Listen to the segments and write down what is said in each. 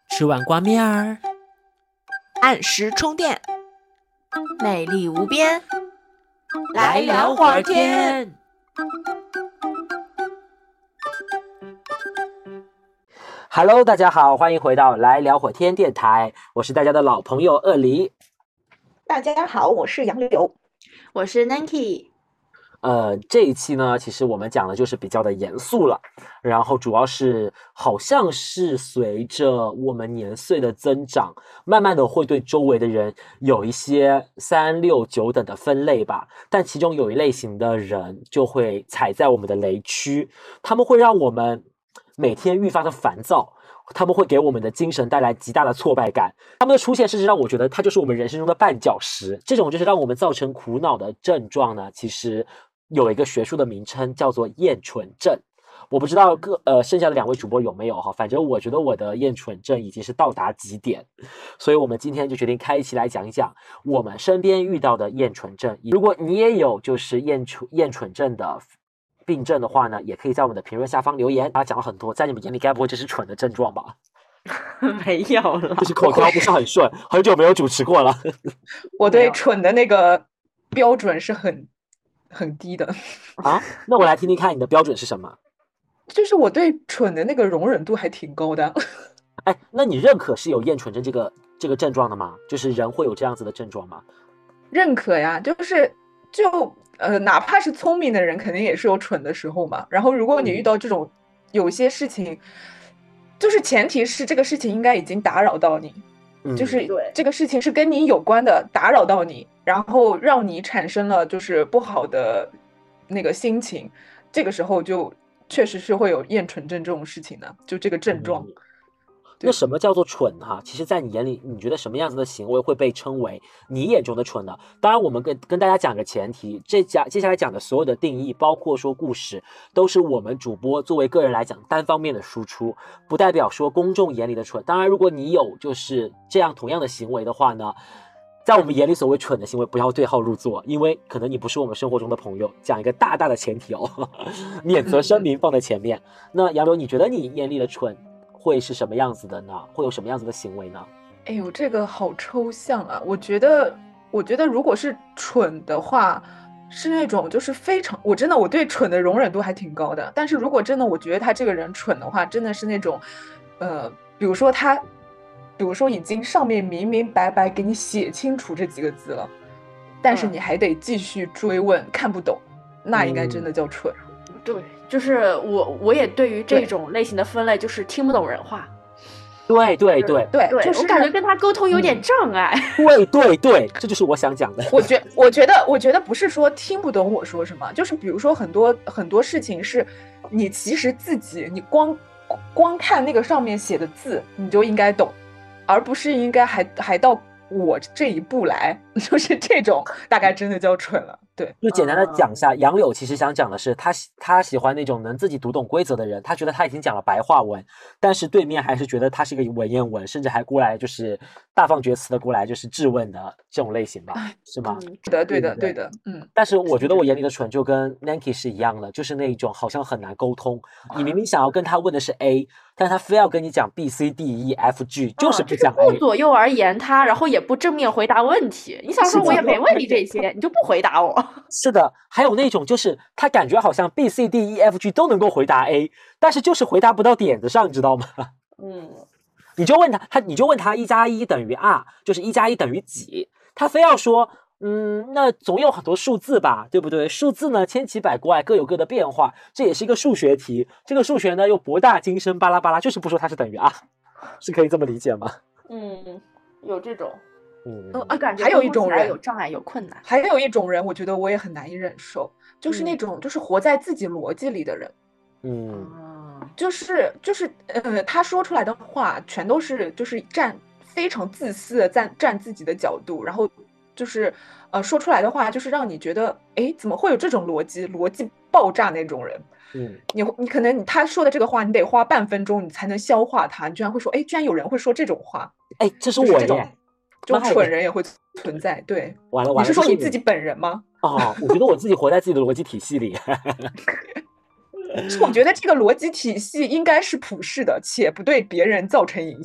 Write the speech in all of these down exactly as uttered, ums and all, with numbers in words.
吃碗挂面儿， 按时充电， 美丽无边， 来聊会儿天。Hello， 大家好，欢迎回到来聊会儿天电台，我是大家的老朋友鳄梨。 大家好，我是杨柳， 我是 Nancy。 呃，这一期呢，其实我们讲的就是比较的严肃了，然后主要是好像是随着我们年岁的增长，慢慢的会对周围的人有一些三六九等的分类吧，但其中有一类型的人就会踩在我们的雷区，他们会让我们每天愈发的烦躁，他们会给我们的精神带来极大的挫败感，他们的出现甚至让我觉得它就是我们人生中的绊脚石。这种就是让我们造成苦恼的症状呢，其实有一个学术的名称叫做厌蠢症。我不知道各呃剩下的两位主播有没有哈，反正我觉得我的厌蠢症已经是到达极点，所以我们今天就决定开一期来讲一讲我们身边遇到的厌蠢症。如果你也有就是厌蠢厌蠢症的病症的话呢，也可以在我们的评论下方留言。大家讲了很多，在你们眼里该不会这是蠢的症状吧？ 没有了， 就是口条不是很顺，很久没有主持过了。 我对蠢的那个标准是很很低的啊。那我来听听看你的标准是什么？ 就是我对蠢的那个容忍度还挺高的。 哎，那你认可是有厌蠢症这个这个症状的吗？就是人会有这样子的症状吗？ 认可呀，就是就呃，哪怕是聪明的人，肯定也是有蠢的时候嘛。然后，如果你遇到这种、嗯、有些事情，就是前提是这个事情应该已经打扰到你，嗯、就是这个事情是跟你有关的，打扰到你，然后让你产生了就是不好的那个心情，这个时候就确实是会有厌蠢症这种事情的，就这个症状。嗯， 那什么叫做蠢哈？其实在你眼里，你觉得什么样子的行为会被称为你眼中的蠢呢？当然我们跟跟大家讲个前提，这讲接下来讲的所有的定义，包括说故事，都是我们主播作为个人来讲单方面的输出，不代表说公众眼里的蠢。当然如果你有就是这样同样的行为的话呢，在我们眼里所谓蠢的行为不要对号入座，因为可能你不是我们生活中的朋友，讲一个大大的前提哦，免责声明放在前面。那杨柳，你觉得你眼里的蠢会是什么样子的呢？会有什么样子的行为呢？ 哎呦，这个好抽象啊！我觉得，我觉得如果是蠢的话，是那种就是非常，我真的我对蠢的容忍度还挺高的。但是如果真的我觉得他这个人蠢的话，真的是那种，呃，比如说他，比如说已经上面明明白白给你写清楚这几个字了，但是你还得继续追问，看不懂，那应该真的叫蠢。 嗯、对。就是我，我也对于这种类型的分类，就是听不懂人话。 对对对对，就是我感觉跟他沟通有点障碍。 嗯、对对对，这就是我想讲的。 我觉我觉得，我觉得不是说听不懂我说什么，就是比如说很多很多事情是，你其实自己你光光看那个上面写的字，你就应该懂，而不是应该还还到我这一步来，就是这种大概真的叫蠢了。对， 就简单的讲一下，杨柳其实想讲的是他他喜欢那种能自己读懂规则的人，他觉得他已经讲了白话文，但是对面还是觉得他是一个文言文，甚至还过来就是大放厥词的过来就是质问的这种类型吧，是吗？ 嗯、对的对的对的，嗯。 但是我觉得我眼里的蠢就跟 Nancy 是一样的，就是那种好像很难沟通，你明明想要跟他问的是 A， 但是他非要跟你讲 B C D E F G， 就是不讲 A，、 嗯、不左右而言他，然后也不正面回答问题。你想说我也没问你这些，你就不回答我。 是的，还有那种就是他感觉好像 B C D E F G 都能够回答 A， 但是就是回答不到点子上，你知道吗？ 嗯， 你就问他，他你就问他一加一等于 R， 就是一加一等于几，他非要说，嗯，那总有很多数字吧，对不对？数字呢千奇百怪，各有各的变化，这也是一个数学题。这个数学呢又博大精深，巴拉巴拉，就是不说它是等于 R， 是可以这么理解吗？ 嗯，有这种。 嗯， 啊，感觉还有一种人有障碍有困难， 还有一种人，我觉得我也很难以忍受，就是那种、嗯、就是活在自己逻辑里的人， 嗯， 就是就是呃，他说出来的话全都是就是站非常自私的站站自己的角度，然后就是呃说出来的话就是让你觉得哎怎么会有这种逻辑逻辑爆炸那种人， 嗯， 你你可能他说的这个话你得花半分钟你才能消化它，你居然会说哎居然有人会说这种话， 哎这是我耶。 这种蠢人也会存在，对， 完了完了， 你是说你自己本人吗？ 哦，我觉得我自己活在自己的逻辑体系里。 我觉得这个逻辑体系应该是普世的，且不对别人造成影响。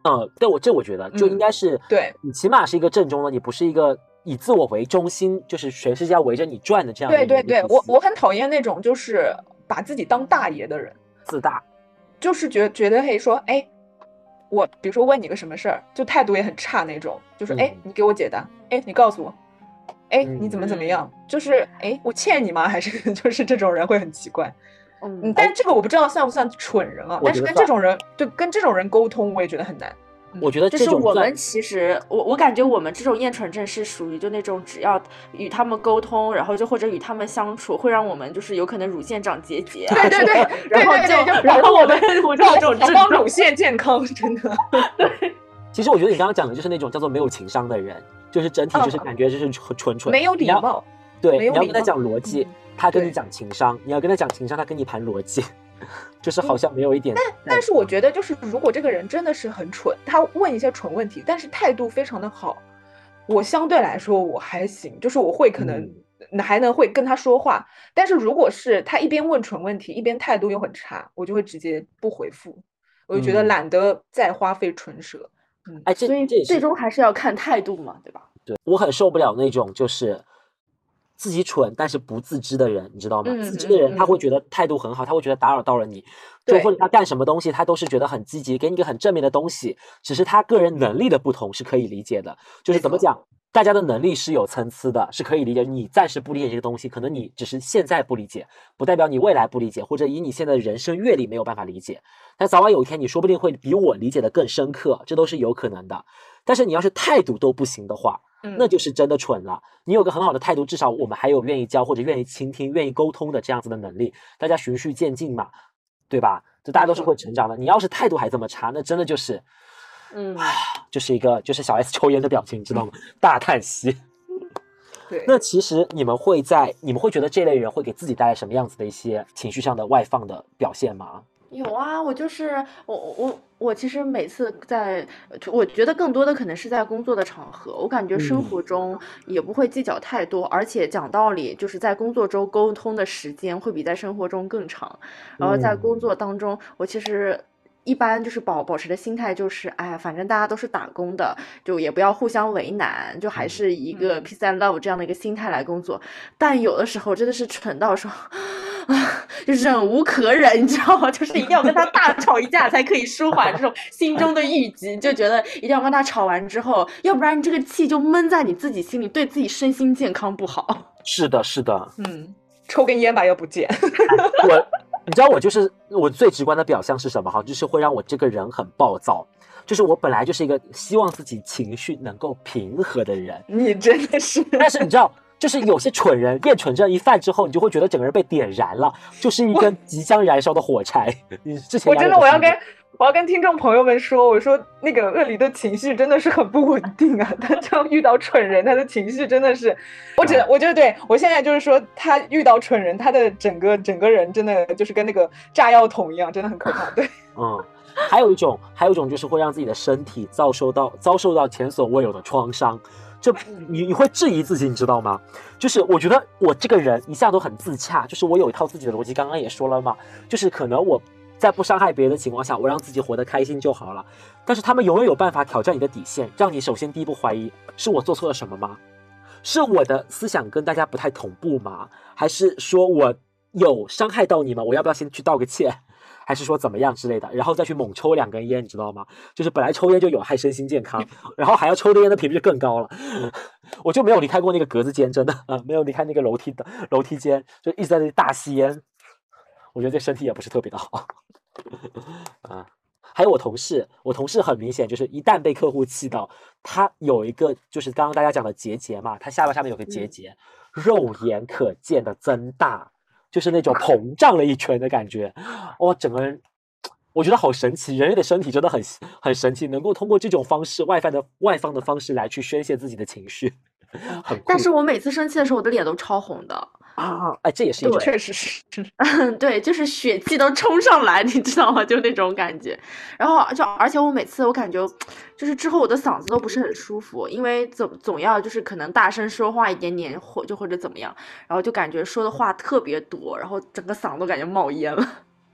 嗯，对我这我觉得就应该是， 嗯、对你起码是一个正宗的，你不是一个以自我为中心，就是全世界要围着你转的这样的。 对对对，我我很讨厌那种就是把自己当大爷的人， 自大， 就是觉觉得嘿说，哎，我比如说问你个什么事儿，就态度也很差那种，就是哎、嗯，你给我解答，哎，你告诉我，哎，你怎么怎么样，嗯、就是哎，我欠你吗？还是就是这种人会很奇怪。嗯，但这个我不知道算不算蠢人啊？但是跟这种人，对，跟这种人沟通，我也觉得很难。 我觉得就是我们其实，我我感觉我们这种厌蠢症是属于就那种只要与他们沟通，然后就或者与他们相处，会让我们就是有可能乳腺长结节。 对对对， 然后就然后我们我这种症状乳腺健康，真的。 对， 其实我觉得你刚刚讲的就是那种叫做没有情商的人，就是整体就是感觉就是蠢蠢， 没有礼貌。 对，你要跟他讲逻辑，他跟你讲情商；你要跟他讲情商，他跟你盘逻辑。就是好像没有一点、 嗯，但但是我觉得就是如果这个人真的是很蠢，他问一些蠢问题，但是态度非常的好，我相对来说我还行，就是我会可能还能会跟他说话。嗯、但是如果是他一边问蠢问题，一边态度又很差，我就会直接不回复，我就觉得懒得再花费唇舌。 嗯，哎，这所以最终还是要看态度嘛，对吧？ 对，我很受不了那种就是自己蠢但是不自知的人，你知道吗？ 嗯、 自知的人他会觉得态度很好，他会觉得打扰到了你，就或者他干什么东西他都是觉得很积极，给你一个很正面的东西，只是他个人能力的不同是可以理解的。就是怎么讲，大家的能力是有参差的，是可以理解。你暂时不理解这个东西，可能你只是现在不理解，不代表你未来不理解，或者以你现在的人生阅历没有办法理解。但早晚有一天，你说不定会比我理解的更深刻，这都是有可能的。但是你要是态度都不行的话，那就是真的蠢了。你有个很好的态度，至少我们还有愿意教或者愿意倾听、愿意沟通的这样子的能力，大家循序渐进嘛，对吧？就大家都是会成长的。你要是态度还这么差，那真的就是， 嗯， 就是一个就是小 S 抽烟的表情，知道吗？大叹息。 对。 那其实你们会在你们会觉得这类人会给自己带来什么样子的一些情绪上的外放的表现吗？ 有啊，我就是我我我其实每次在，我觉得更多的可能是在工作的场合，我感觉生活中也不会计较太多，嗯、而且讲道理，就是在工作中沟通的时间会比在生活中更长。然后在工作当中，我其实一般就是保保持的心态就是，哎，反正大家都是打工的，就也不要互相为难，就还是一个 peace and love 这样的一个心态来工作。但有的时候真的是蠢到说。啊，就忍无可忍，你知道吗？就是一定要跟他大吵一架才可以舒缓这种心中的郁积，就觉得一定要跟他吵完之后，要不然你这个气就闷在你自己心里，对自己身心健康不好。 是的，是的， 嗯，抽根烟吧，要不见。 我，你知道我就是我最直观的表象是什么哈？就是会让我这个人很暴躁。就是我本来就是一个希望自己情绪能够平和的人， 你真的是， 但是你知道。就是有些蠢人厌蠢症一犯之后，你就会觉得整个人被点燃了，就是一根即将燃烧的火柴。你之前我真的我要跟我要跟听众朋友们说，我说那个鳄梨的情绪真的是很不稳定啊，他这样遇到蠢人，他的情绪真的是，我只我觉得对我现在就是说，他遇到蠢人，他的整个整个人真的就是跟那个炸药桶一样，真的很可怕。对， 嗯，还有一种还有一种就是会让自己的身体遭受到遭受到前所未有的创伤。就你你会质疑自己，你知道吗？就是我觉得我这个人一向都很自洽，就是我有一套自己的逻辑，刚刚也说了嘛，就是可能我在不伤害别人的情况下，我让自己活得开心就好了。但是他们永远有办法挑战你的底线，让你首先第一步怀疑是我做错了什么吗？是我的思想跟大家不太同步吗？还是说我有伤害到你吗？我要不要先去道个歉？还是说怎么样之类的，然后再去猛抽两根烟，你知道吗？就是本来抽烟就有害身心健康，然后还要抽的烟的频率就更高了。我就没有离开过那个格子间，真的啊，没有离开那个楼梯的楼梯间，就一直在那里大吸烟。我觉得这身体也不是特别的好啊。还有我同事，我同事很明显就是一旦被客户气到，他有一个就是刚刚大家讲的结节嘛，他下巴下面有个结节，肉眼可见的增大。就是那种膨胀了一圈的感觉，哇、哦，整个人我觉得好神奇，人类的身体真的很很神奇，能够通过这种方式外放的外放的方式来去宣泄自己的情绪，很酷。 但是我每次生气的时候，我的脸都超红的啊！哎，这也是一种， 确实是， 对，就是血气都冲上来，你知道吗？就那种感觉。然后就而且我每次我感觉，就是之后我的嗓子都不是很舒服，因为总总要就是可能大声说话一点点，或就或者怎么样，然后就感觉说的话特别多，然后整个嗓子都感觉冒烟了。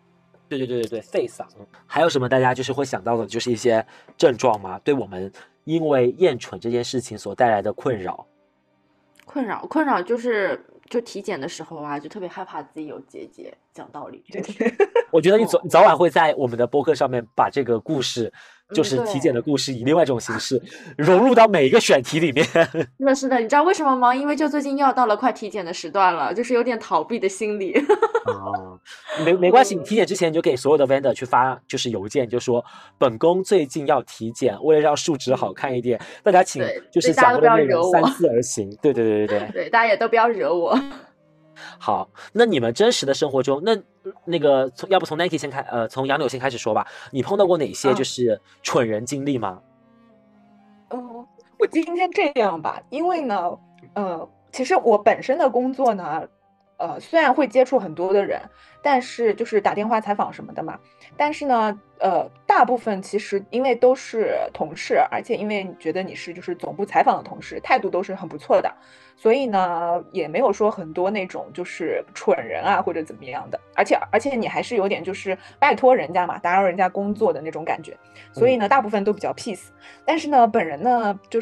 对对对对对，肺嗓。还有什么大家就是会想到的，就是一些症状吗？对我们因为厌蠢这件事情所带来的困扰。 困扰困扰就是就体检的时候啊，就特别害怕自己有结节。讲道理， 对对对， 我觉得你早早晚会在我们的播客上面把这个故事，就是体检的故事，以另外一种形式融入到每一个选题里面。 是的，是的，你知道为什么吗？因为就最近又要到了快体检的时段了，就是有点逃避的心理。 哦，没没关系，你体检之前你就给所有的 vendor 去发就是邮件，就说本宫最近要体检，为了让数值好看一点，大家请就是讲的内容三思而行。对对对对对， 对，大家也都不要惹我。 好，那你们真实的生活中，那那个从要不从 Nike 先开，呃，从杨柳先开始说吧。你碰到过哪些就是蠢人经历吗？ 嗯、呃，我今天这样吧，因为呢，呃，其实我本身的工作呢，呃，虽然会接触很多的人，但是就是打电话采访什么的嘛，但是呢，呃，大部分其实因为都是同事，而且因为你觉得你是就是总部采访的同事，态度都是很不错的，所以呢，也没有说很多那种就是蠢人啊或者怎么样的，而且而且你还是有点就是拜托人家嘛，打扰人家工作的那种感觉，所以呢，大部分都比较 peace，但是呢，本人呢就是。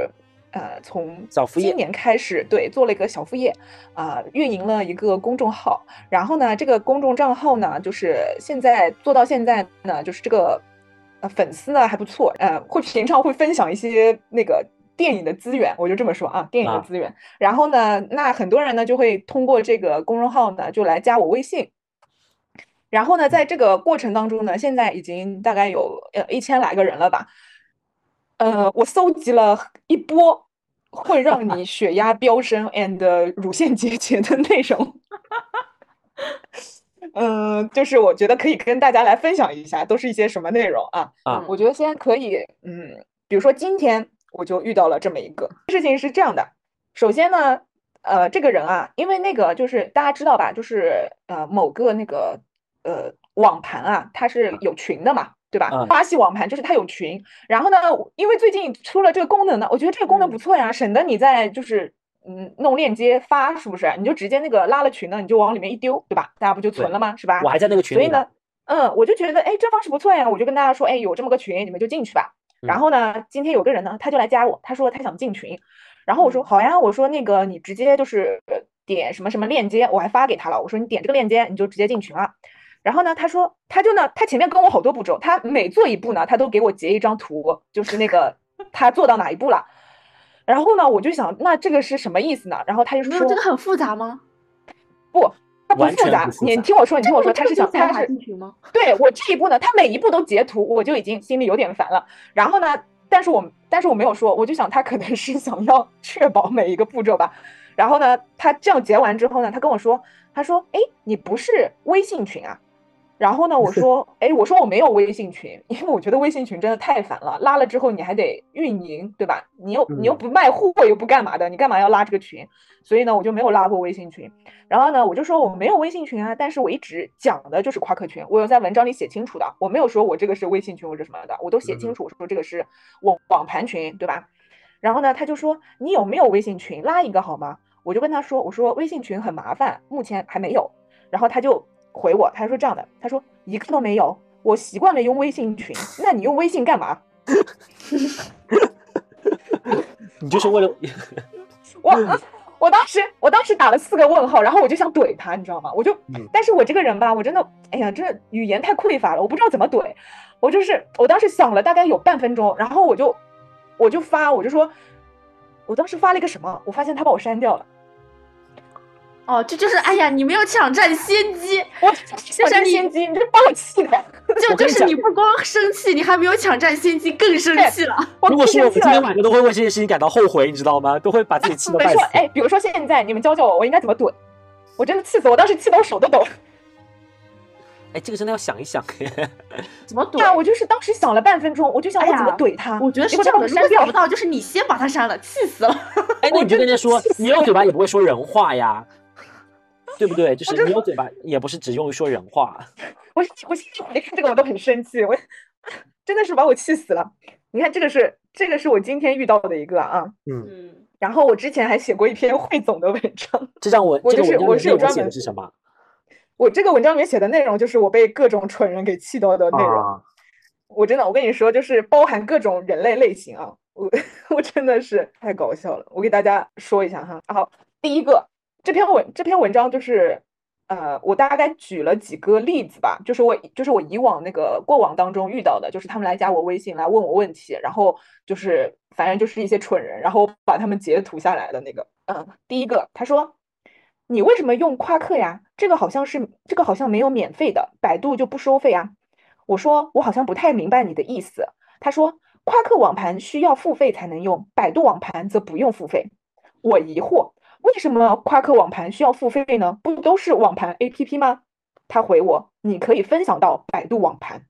呃，从今年开始，对，做了一个小副业，啊、呃，运营了一个公众号。然后呢，这个公众账号呢，就是现在做到现在呢，就是这个呃粉丝呢还不错，呃，会平常会分享一些那个电影的资源，我就这么说啊，电影的资源。啊、然后呢，那很多人呢就会通过这个公众号呢就来加我微信。然后呢，在这个过程当中呢，现在已经大概有呃一千来个人了吧。呃，我搜集了一波会让你血压飙升 and 乳腺结节的内容。嗯、呃，就是我觉得可以跟大家来分享一下，都是一些什么内容啊？ 啊， 我觉得先可以，嗯，比如说今天我就遇到了这么一个事情，是这样的。首先呢，呃，这个人啊，因为那个就是大家知道吧，就是呃某个那个呃网盘啊，它是有群的嘛。对吧？ 嗯、 花系网盘就是它有群，然后呢，因为最近出了这个功能呢，我觉得这个功能不错呀，嗯、省得你在就是嗯弄链接发，是不是？你就直接那个拉了群呢，你就往里面一丢，对吧？大家不就存了吗？是吧？ 我还在那个群里。 所以呢，嗯，我就觉得哎，这方式不错呀，我就跟大家说，哎，有这么个群，你们就进去吧。嗯、然后呢，今天有个人呢，他就来加我，他说他想进群，然后我说好呀，我说那个你直接就是点什么什么链接，我还发给他了，我说你点这个链接你就直接进群了。然后呢，他说，他就呢，他前面跟我好多步骤，他每做一步呢，他都给我截一张图，就是那个他做到哪一步了。然后呢，我就想，那这个是什么意思呢？然后他就说， 没有这个很复杂吗？ 不，他不复杂。你听我说，你听我说，他是想，他是吗？ 对我这一步呢，他每一步都截图，我就已经心里有点烦了。然后呢，但是我但是我没有说，我就想他可能是想要确保每一个步骤吧。然后呢，他这样截完之后呢，他跟我说，他说，哎，你不是微信群啊？然后呢，我说，哎，我说我没有微信群，因为我觉得微信群真的太烦了，拉了之后你还得运营，对吧？你又你又不卖货，又不干嘛的，你干嘛要拉这个群？所以呢，我就没有拉过微信群。然后呢，我就说我没有微信群啊，但是我一直讲的就是夸克群，我有在文章里写清楚的，我没有说我这个是微信群或者什么的，我都写清楚，我说这个是网网盘群，对吧？然后呢，他就说你有没有微信群，拉一个好吗？我就跟他说，我说微信群很麻烦，目前还没有。然后他就回我，他说这样的，他说一个都没有，我习惯了用微信群，那你用微信干嘛？ 你就是为了我我当时我当时打了四个问号，然后我就想怼他，你知道吗？我就，但是我这个人吧，我真的，哎呀，这语言太匮乏了，我不知道怎么怼。我就是我当时想了大概有半分钟，然后我就我就发，我就说，我当时发了一个什么？我发现他把我删掉了。 哦，这就是哎呀，你没有抢占先机， 我抢占先机，你这把我气的。 就就是你不光生气，你还没有抢占先机，更生气了。 如果是我，今天晚上都会为这件事情感到后悔，你知道吗？都会把自己气得半死。 哎，比如说现在你们教教我，我应该怎么怼？我真的气死我，当时气得我手都抖。 哎，这个真的要想一想。 怎么怼？ 啊，我就是当时想了半分钟，我就想我怎么怼他。 哎、我觉得是这样的，如果想不到，就是你先把他删了，气死了。 哎，那你就跟他说，你有嘴巴也不会说人话呀。对不对？就是你有嘴巴，也不是只用于说人话。 我我现在看这个我都很生气，我真的是把我气死了。你看这个是这个是我今天遇到的一个啊， 嗯， 然后我之前还写过一篇汇总的文章。 这让我我就是我是有专门写的是什么？ 我这个文章里面写的内容就是我被各种蠢人给气到的内容。 啊我真的，我跟你说，就是包含各种人类类型啊，我我真的是太搞笑了。我给大家说一下哈。好，第一个，这篇文这篇文章就是，呃，我大概举了几个例子吧，就是我就是我以往那个过往当中遇到的，就是他们来加我微信来问我问题，然后就是反正就是一些蠢人，然后把他们截图下来的那个。嗯，第一个，他说。你为什么用夸克呀？这个好像是这个好像没有免费的，百度就不收费啊。我说我好像不太明白你的意思。他说夸克网盘需要付费才能用，百度网盘则不用付费。我疑惑，为什么夸克网盘需要付费呢？不都是网盘 A P P 吗？他回我，你可以分享到百度网盘。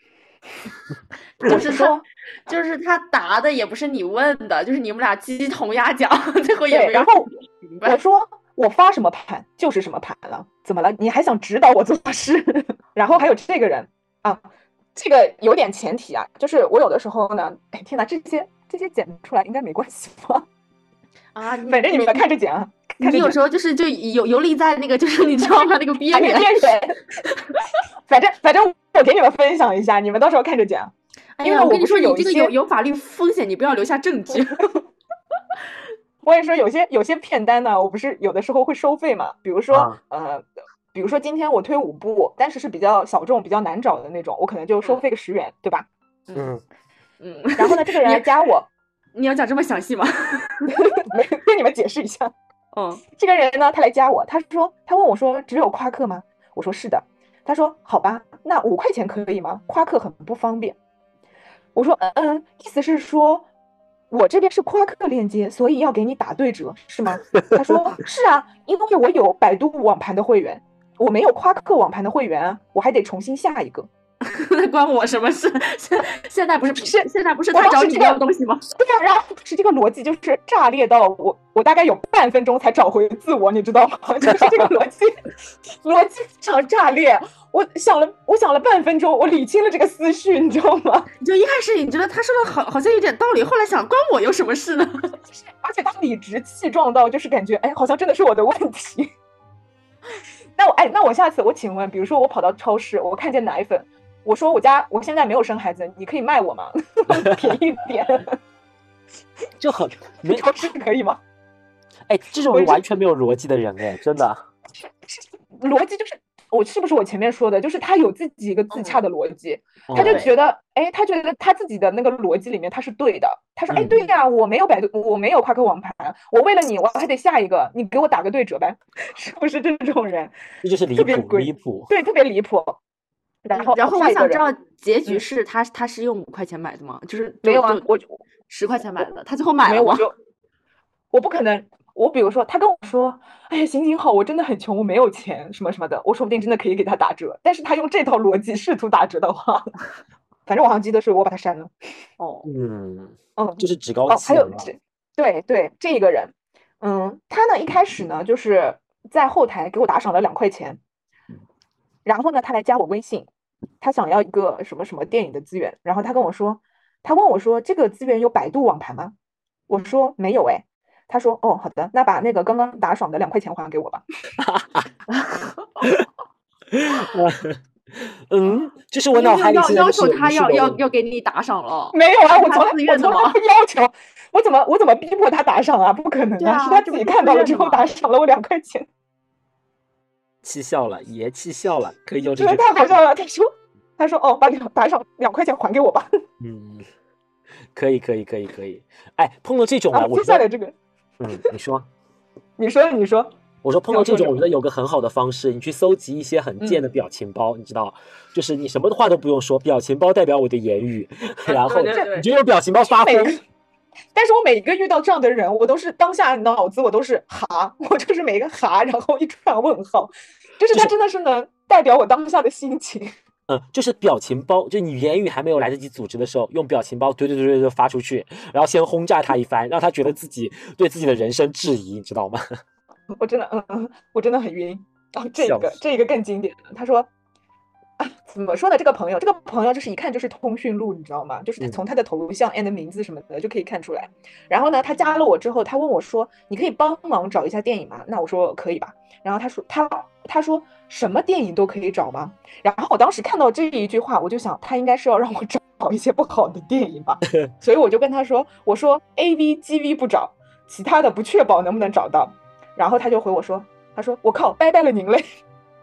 就是他，就是他答的也不是你问的，就是你们俩鸡同鸭讲，最后也没有然后明白。 我说我发什么盘就是什么盘了，怎么了？你还想指导我做事？然后还有这个人啊，这个有点前提啊，就是我有的时候呢，哎天哪，这些这些剪出来应该没关系吧？ 啊， 反正你们看着剪啊。 你有时候就是就游游离在那个就是你知道吗？那个边缘。 边缘。反正反正我给你们分享一下，你们到时候看着剪。 哎呀，我跟你说，你这个有有法律风险，你不要留下证据。 我也说有些有些片单呢，我不是有的时候会收费嘛，比如说、啊、呃，比如说今天我推五部，但是是比较小众、比较难找的那种，我可能就收费个十元，嗯、对吧？ 嗯嗯。然后呢，这个人来加我， 你要讲这么详细吗？ 没跟你们解释一下。 嗯， 这个人呢，他来加我，他说他问我说只有夸克吗？我说是的。他说好吧，那五块钱可以吗？夸克很不方便。我说嗯嗯，意思是说。我这边是夸克链接，所以要给你打对折，是吗？他说是啊，因为我有百度网盘的会员，我没有夸克网盘的会员啊，我还得重新下一个。 那关我什么事？现现在不是是现在不是他找你要东西吗？ 对啊，然后是这个逻辑就是炸裂到我，我大概有半分钟才找回自我，你知道吗？就是这个逻辑，逻辑非常炸裂。我想了，我想了半分钟，我理清了这个思绪，你知道吗？ 你就一开始你觉得他说的好，好像有点道理，后来想关我有什么事呢？ 就是而且他理直气壮到，就是感觉哎，好像真的是我的问题。那我哎，那我下次我请问，比如说我跑到超市，我看见奶粉，我说我家我现在没有生孩子，你可以卖我吗？便宜点， 就很没超市可以吗？ 哎，这种完全没有逻辑的人哎，真的。 逻辑就是我是不是我前面说的，就是他有自己一个自洽的逻辑， 嗯、 他就觉得哎，他觉得他自己的那个逻辑里面他是对的。他说哎，对呀、啊，我没有百度，我没有夸克网盘，我为了你，我还得下一个，你给我打个对折呗，是不是这种人？ 这就是离谱，离谱， 对，特别离谱。然后， 然后我想知道结局是他、嗯、他是用五块钱买的吗？就是没有啊，我十块钱买的，他最后买了吗？ 我就我不可能，我比如说他跟我说，哎呀，行行好，我真的很穷，我没有钱，什么什么的，我说不定真的可以给他打折。但是他用这套逻辑试图打折的话，反正我好像记得是我把他删了。 哦， 嗯嗯， 就是趾高气扬。哦，还有对对，这个人，嗯，他呢一开始呢就是在后台给我打赏了两块钱，然后呢他来加我微信。他想要一个什么什么电影的资源，然后他跟我说，他问我说这个资源有百度网盘吗？我说没有哎。他说哦好的，那把那个刚刚打赏的两块钱还给我吧。 嗯，就是我脑海里要要求他要要要给你打赏了。 没有啊，我从来我从来不要求，我怎么我怎么逼迫他打赏啊？不可能啊，是他自己看到了之后打赏了我两块钱。 气笑了，爷气笑了，可以用这句。 太好笑了，他说，他说哦，把你打赏两块钱还给我吧。 嗯，可以，可以，可以，可以。哎，碰到这种啊，我接下来这个， 嗯，你说， 你说，你说， 我说碰到这种，我觉得有个很好的方式，你去搜集一些很贱的表情包，嗯、你知道，就是你什么话都不用说，表情包代表我的言语，然后你就用表情包发疯。 但是我每一个遇到这样的人，我都是当下脑子我都是哈，我就是每一个哈，然后一串问号，就是他真的是能代表我当下的心情。 嗯，就是表情包，就你言语还没有来得及组织的时候，用表情包对对对对对发出去，然后先轰炸他一番，让他觉得自己对自己的人生质疑，你知道吗？ 我真的，嗯嗯，我真的很晕。然后这个这个更经典，他说。啊，怎么说呢？这个朋友，这个朋友就是一看就是通讯录，你知道吗？就是从他的头像、and 名字什么的就可以看出来。然后呢，他加了我之后，他问我说：“你可以帮忙找一下电影吗？”那我说可以吧。然后他说他他说什么电影都可以找吗？然后我当时看到这一句话，我就想他应该是要让我找一些不好的电影吧，所以我就跟他说，我说 A V、G V 不找，其他的不确保能不能找到。然后他就回我说，他说我靠，拜拜了您嘞。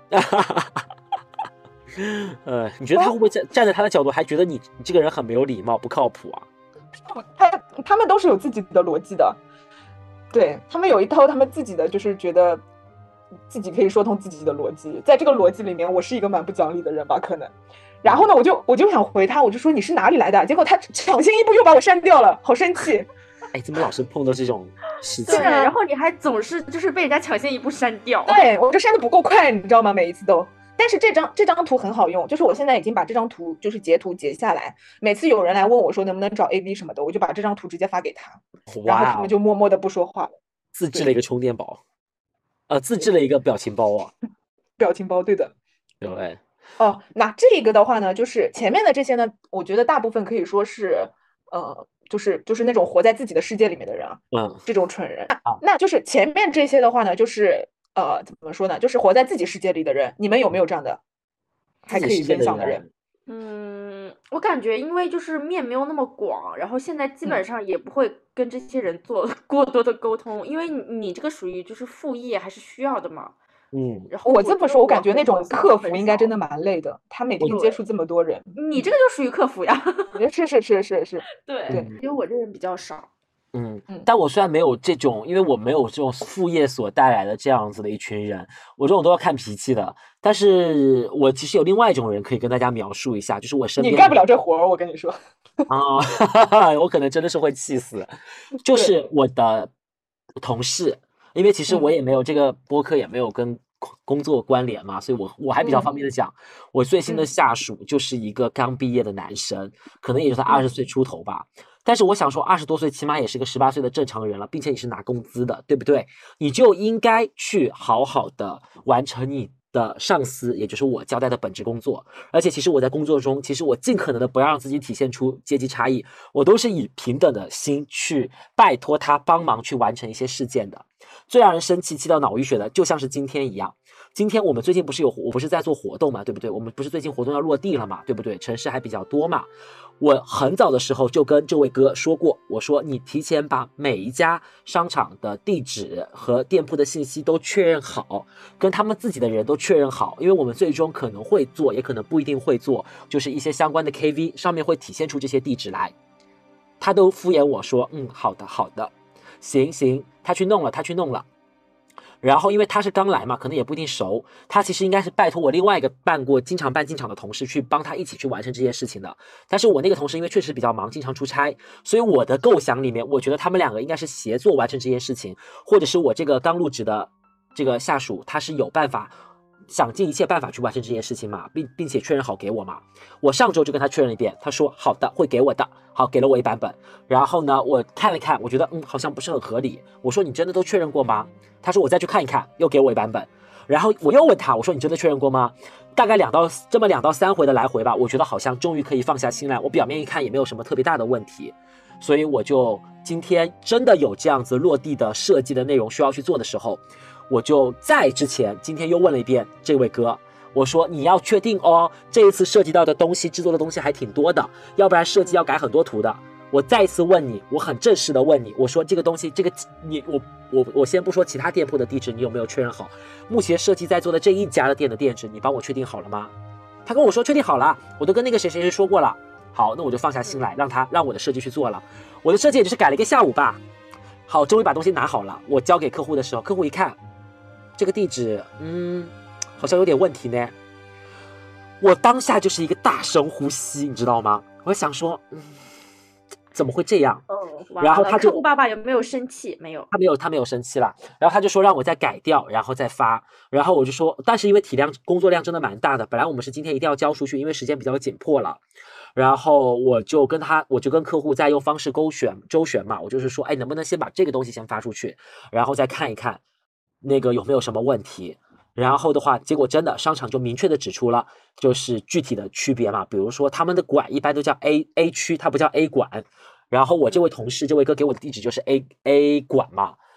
呃，你觉得他会不会站站在他的角度，还觉得你你这个人很没有礼貌，不靠谱啊？ 他他们都是有自己的逻辑的，对他们有一套他们自己的，就是觉得自己可以说通自己的逻辑，在这个逻辑里面，我是一个蛮不讲理的人吧，可能。然后呢，我就我就想回他，我就说你是哪里来的？结果他抢先一步又把我删掉了，好生气。 哎，怎么老是碰到这种事情？ 对，然后你还总是就是被人家抢先一步删掉。 对，我这删的不够快，你知道吗？每一次都。但是这张这张图很好用，就是我现在已经把这张图就是截图截下来，每次有人来问我说能不能找 A V 什么的，我就把这张图直接发给他，然后他们就默默的不说话。 自制了一个充电宝，呃，自制了一个表情包啊， 表情包，对的。 对。 哦，那这个的话呢，就是前面的这些呢，我觉得大部分可以说是，呃，就是就是那种活在自己的世界里面的人啊， 嗯， 这种蠢人。那就是前面这些的话呢，就是呃，怎么说呢，就是活在自己世界里的人，你们有没有这样的还可以分享的人？ 嗯，我感觉因为就是面没有那么广，然后现在基本上也不会跟这些人做过多的沟通，因为你你这个属于就是副业还是需要的嘛。 嗯， 然后我这么说，我感觉那种客服应该真的蛮累的，他每天接触这么多人。 你这个就属于客服呀。 是是是是是， 对对， 因为我这人比较少。 嗯，但我虽然没有这种，因为我没有这种副业所带来的这样子的一群人，我这种都要看脾气的。但是我其实有另外一种人可以跟大家描述一下，就是我身边你干不了这活儿，我跟你说。 啊，我可能真的是会气死。就是我的同事，因为其实我也没有这个播客也没有跟工作关联嘛，所以我我还比较方便的讲，我最新的下属就是一个刚毕业的男生，可能也就是他二十岁出头吧。但是我想说，二十多岁起码也是个十八岁的正常人了，并且你是拿工资的，对不对？你就应该去好好的完成你的上司，也就是我交代的本职工作。而且其实我在工作中，其实我尽可能的不让自己体现出阶级差异，我都是以平等的心去拜托他帮忙去完成一些事件的。最让人生气、气到脑淤血的，就像是今天一样。今天我们最近不是有，我不是在做活动嘛，对不对？我们不是最近活动要落地了嘛，对不对？城市还比较多嘛。我很早的时候就跟这位哥说过，我说你提前把每一家商场的地址和店铺的信息都确认好，跟他们自己的人都确认好，因为我们最终可能会做，也可能不一定会做，就是一些相关的 K V 上面会体现出这些地址来。他都敷衍我说，嗯，好的，好的，行行，他去弄了，他去弄了。然后因为他是刚来嘛，可能也不一定熟，他其实应该是拜托我另外一个办过经常办进场的同事去帮他一起去完成这件事情的。但是我那个同事因为确实比较忙，经常出差，所以我的构想里面，我觉得他们两个应该是协作完成这件事情，或者是我这个刚入职的这个下属，他是有办法想尽一切办法去完成这件事情嘛，并并且确认好给我嘛。我上周就跟他确认一遍，他说好的，会给我的。好，给了我一版本。然后呢，我看了看，我觉得嗯好像不是很合理。我说你真的都确认过吗？他说我再去看一看，又给我一版本。然后我又问他，我说你真的确认过吗？大概两到这么两到三回的来回吧，我觉得好像终于可以放下心来。我表面一看也没有什么特别大的问题，所以我就今天真的有这样子落地的设计的内容需要去做的时候，我就在之前今天又问了一遍这位哥，我说你要确定哦，这一次涉及到的东西制作的东西还挺多的，要不然设计要改很多图的。我再一次问你，我很正式的问你，我说这个东西，这个你我我我先不说其他店铺的地址，你有没有确认好？目前设计在做的这一家的店的店址，你帮我确定好了吗？他跟我说确定好了，我都跟那个谁谁谁说过了。好，那我就放下心来，让他让我的设计去做了。我的设计也就是改了一个下午吧。好，终于把东西拿好了，我交给客户的时候，客户一看，这个地址，嗯，好像有点问题呢。我当下就是一个大深呼吸，你知道吗？我想说，嗯。怎么会这样？ 哦， 然后他就客户爸爸有没有生气？没有， 他没有，他没有生气了。然后他就说让我再改掉，然后再发。然后我就说，但是因为体量工作量真的蛮大的，本来我们是今天一定要交出去，因为时间比较紧迫了。然后我就跟他，我就跟客户再用方式勾选周旋嘛，我就是说，哎，能不能先把这个东西先发出去，然后再看一看那个有没有什么问题。然后的话，结果真的商场就明确的指出了，就是具体的区别嘛，比如说他们的馆一般都叫 A A 区，它不叫 A 馆。然后我这位同事这位哥给我的地址就是 A A 馆嘛，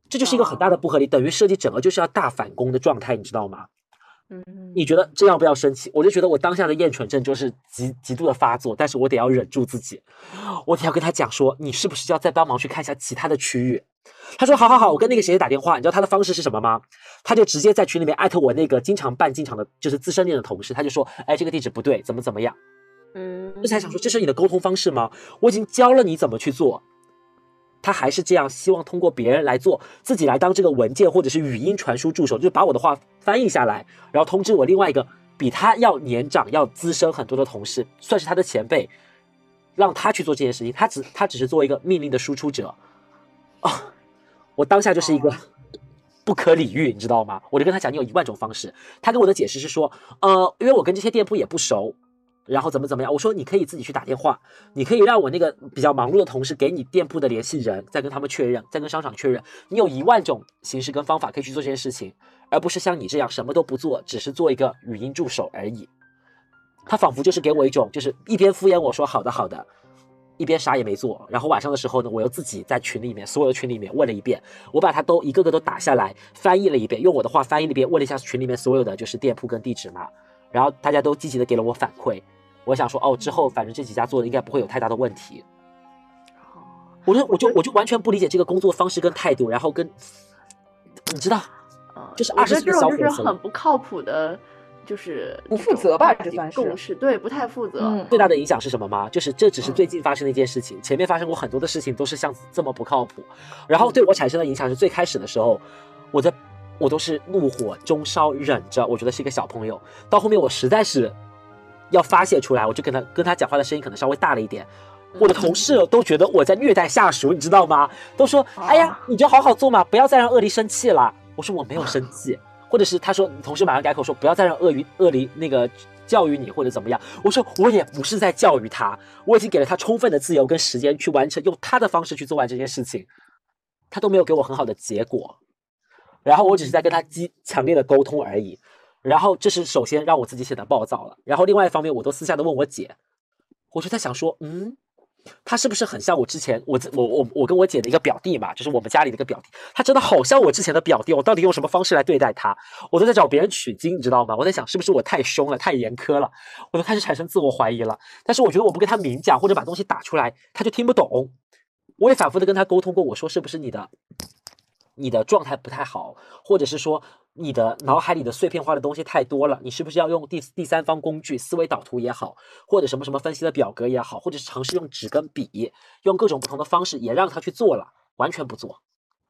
这就是一个很大的不合理，等于设计整个就是要大反攻的状态，你知道吗？ 嗯， 你觉得这样不要生气？我就觉得我当下的厌蠢症就是极极度的发作，但是我得要忍住自己，我得要跟他讲说，你是不是要再帮忙去看一下其他的区域？他说好好好，我跟那个谁谁打电话，你知道他的方式是什么吗？他就直接在群里面艾特我那个经常办进场的，就是资深店的同事，他就说，哎，这个地址不对，怎么怎么样？ 嗯， 这才想说，这是你的沟通方式吗？我已经教了你怎么去做。他还是这样，希望通过别人来做，自己来当这个文件或者是语音传输助手，就是把我的话翻译下来，然后通知我另外一个比他要年长、要资深很多的同事，算是他的前辈，让他去做这件事情。他只他只是做一个命令的输出者啊、哦！我当下就是一个不可理喻，你知道吗？我就跟他讲，你有一万种方式。他跟我的解释是说，呃，因为我跟这些店铺也不熟。然后怎么怎么样？我说你可以自己去打电话，你可以让我那个比较忙碌的同事给你店铺的联系人，再跟他们确认，再跟商场确认。你有一万种形式跟方法可以去做这件事情，而不是像你这样什么都不做，只是做一个语音助手而已。他仿佛就是给我一种，就是一边敷衍我说好的好的，一边啥也没做。然后晚上的时候呢，我又自己在群里面所有的群里面问了一遍，我把它都一个个都打下来，翻译了一遍，用我的话翻译了一遍，问了一下群里面所有的就是店铺跟地址嘛，然后大家都积极的给了我反馈。我想说，哦，之后反正这几家做的应该不会有太大的问题。我就我就我就完全不理解这个工作方式跟态度，然后跟你知道，就是二十岁的小伙子， 就是很不靠谱的，就是不负责吧，这算是共识，对，不太负责。 嗯、 最大的影响是什么吗？就是这只是最近发生的一件事情，嗯、前面发生过很多的事情都是像这么不靠谱。然后对我产生的影响是最开始的时候，我在我都是怒火中烧，忍着，我觉得是一个小朋友。到后面我实在是要发泄出来，我就跟他跟他讲话的声音可能稍微大了一点。我的同事都觉得我在虐待下属，你知道吗？都说，哎呀，你就好好做嘛，不要再让鳄梨生气了。我说我没有生气，或者是他说，同事马上改口说，不要再让鳄鱼鳄梨那个教育你或者怎么样。我说我也不是在教育他，我已经给了他充分的自由跟时间去完成，用他的方式去做完这件事情，他都没有给我很好的结果。然后我只是在跟他激强烈的沟通而已。然后这是首先让我自己显得暴躁了。然后另外一方面，我都私下的问我姐，我就在想说，嗯。他是不是很像我之前我我我我跟我姐的一个表弟嘛，就是我们家里的一个表弟，他真的好像我之前的表弟，我到底用什么方式来对待他？我都在找别人取经，你知道吗？我在想是不是我太凶了，太严苛了，我都开始产生自我怀疑了。但是我觉得我不跟他明讲或者把东西打出来，他就听不懂。我也反复的跟他沟通过，我说是不是你的你的状态不太好，或者是说你的脑海里的碎片化的东西太多了，你是不是要用第第三方工具，思维导图也好，或者什么什么分析的表格也好，或者是尝试用纸跟笔，用各种不同的方式也让他去做了，完全不做，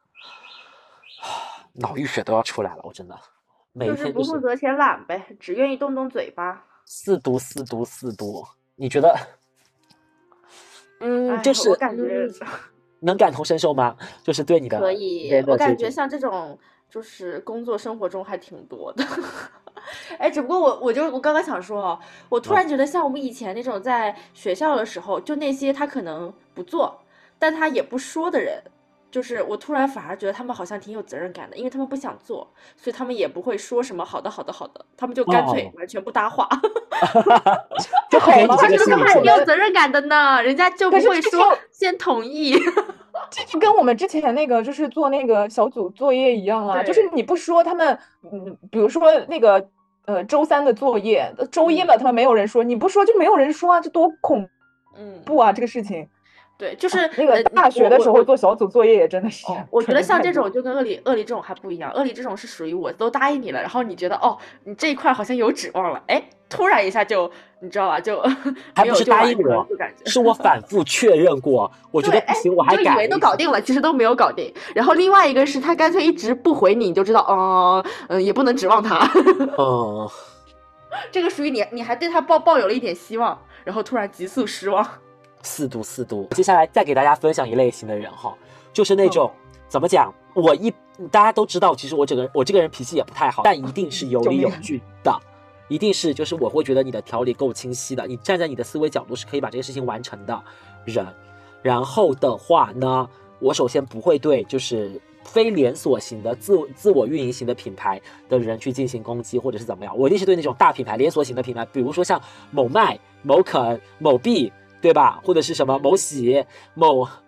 脑溢血都要出来了，我真的每天、就是、 就是不负责且懒呗，只愿意动动嘴巴， 四读四读四读，你觉得？嗯，就是我感觉、 嗯、能感同身受吗？就是对你的可以，我感觉像这种。就是工作生活中还挺多的，哎，只不过我我就我刚刚想说哦，我突然觉得像我们以前那种在学校的时候，就那些他可能不做，但他也不说的人，就是我突然反而觉得他们好像挺有责任感的，因为他们不想做，所以他们也不会说什么好的好的好的，他们就干脆完全不搭话。 就好吗？ 他这个还挺有责任感的呢，人家就不会说先同意。 这就跟我们之前那个就是做那个小组作业一样啊，就是你不说他们，嗯，比如说那个呃周三的作业，周一了他们没有人说，你不说就没有人说啊，这多恐怖啊！这个事情。 对，就是、 啊、那个大学的时候做小组作业也真的是、 哦，我觉得像这种就跟鳄梨鳄梨这种还不一样，鳄梨这种是属于我都答应你了，然后你觉得哦，你这一块好像有指望了，哎，突然一下就你知道吧，就还不是答应我，是我反复确认过，我觉得不行，我还改， 就以为都搞定了，其实都没有搞定。然后另外一个是他干脆一直不回你，你就知道，哦、呃，嗯、呃，也不能指望他。 哦、 嗯，这个属于你，你还对他抱抱有了一点希望，然后突然急速失望。 四度四度，接下来再给大家分享一类型的人哈，就是那种、嗯、怎么讲，我一大家都知道，其实我整个我这个人脾气也不太好，但一定是有理有据的，一定是就是我会觉得你的条理够清晰的，你站在你的思维角度是可以把这个事情完成的人。然后的话呢，我首先不会对就是非连锁型的自自我运营型的品牌的人去进行攻击或者是怎么样，我一定是对那种大品牌连锁型的品牌，比如说像某麦、某肯、某币。对吧？或者是什么某喜、某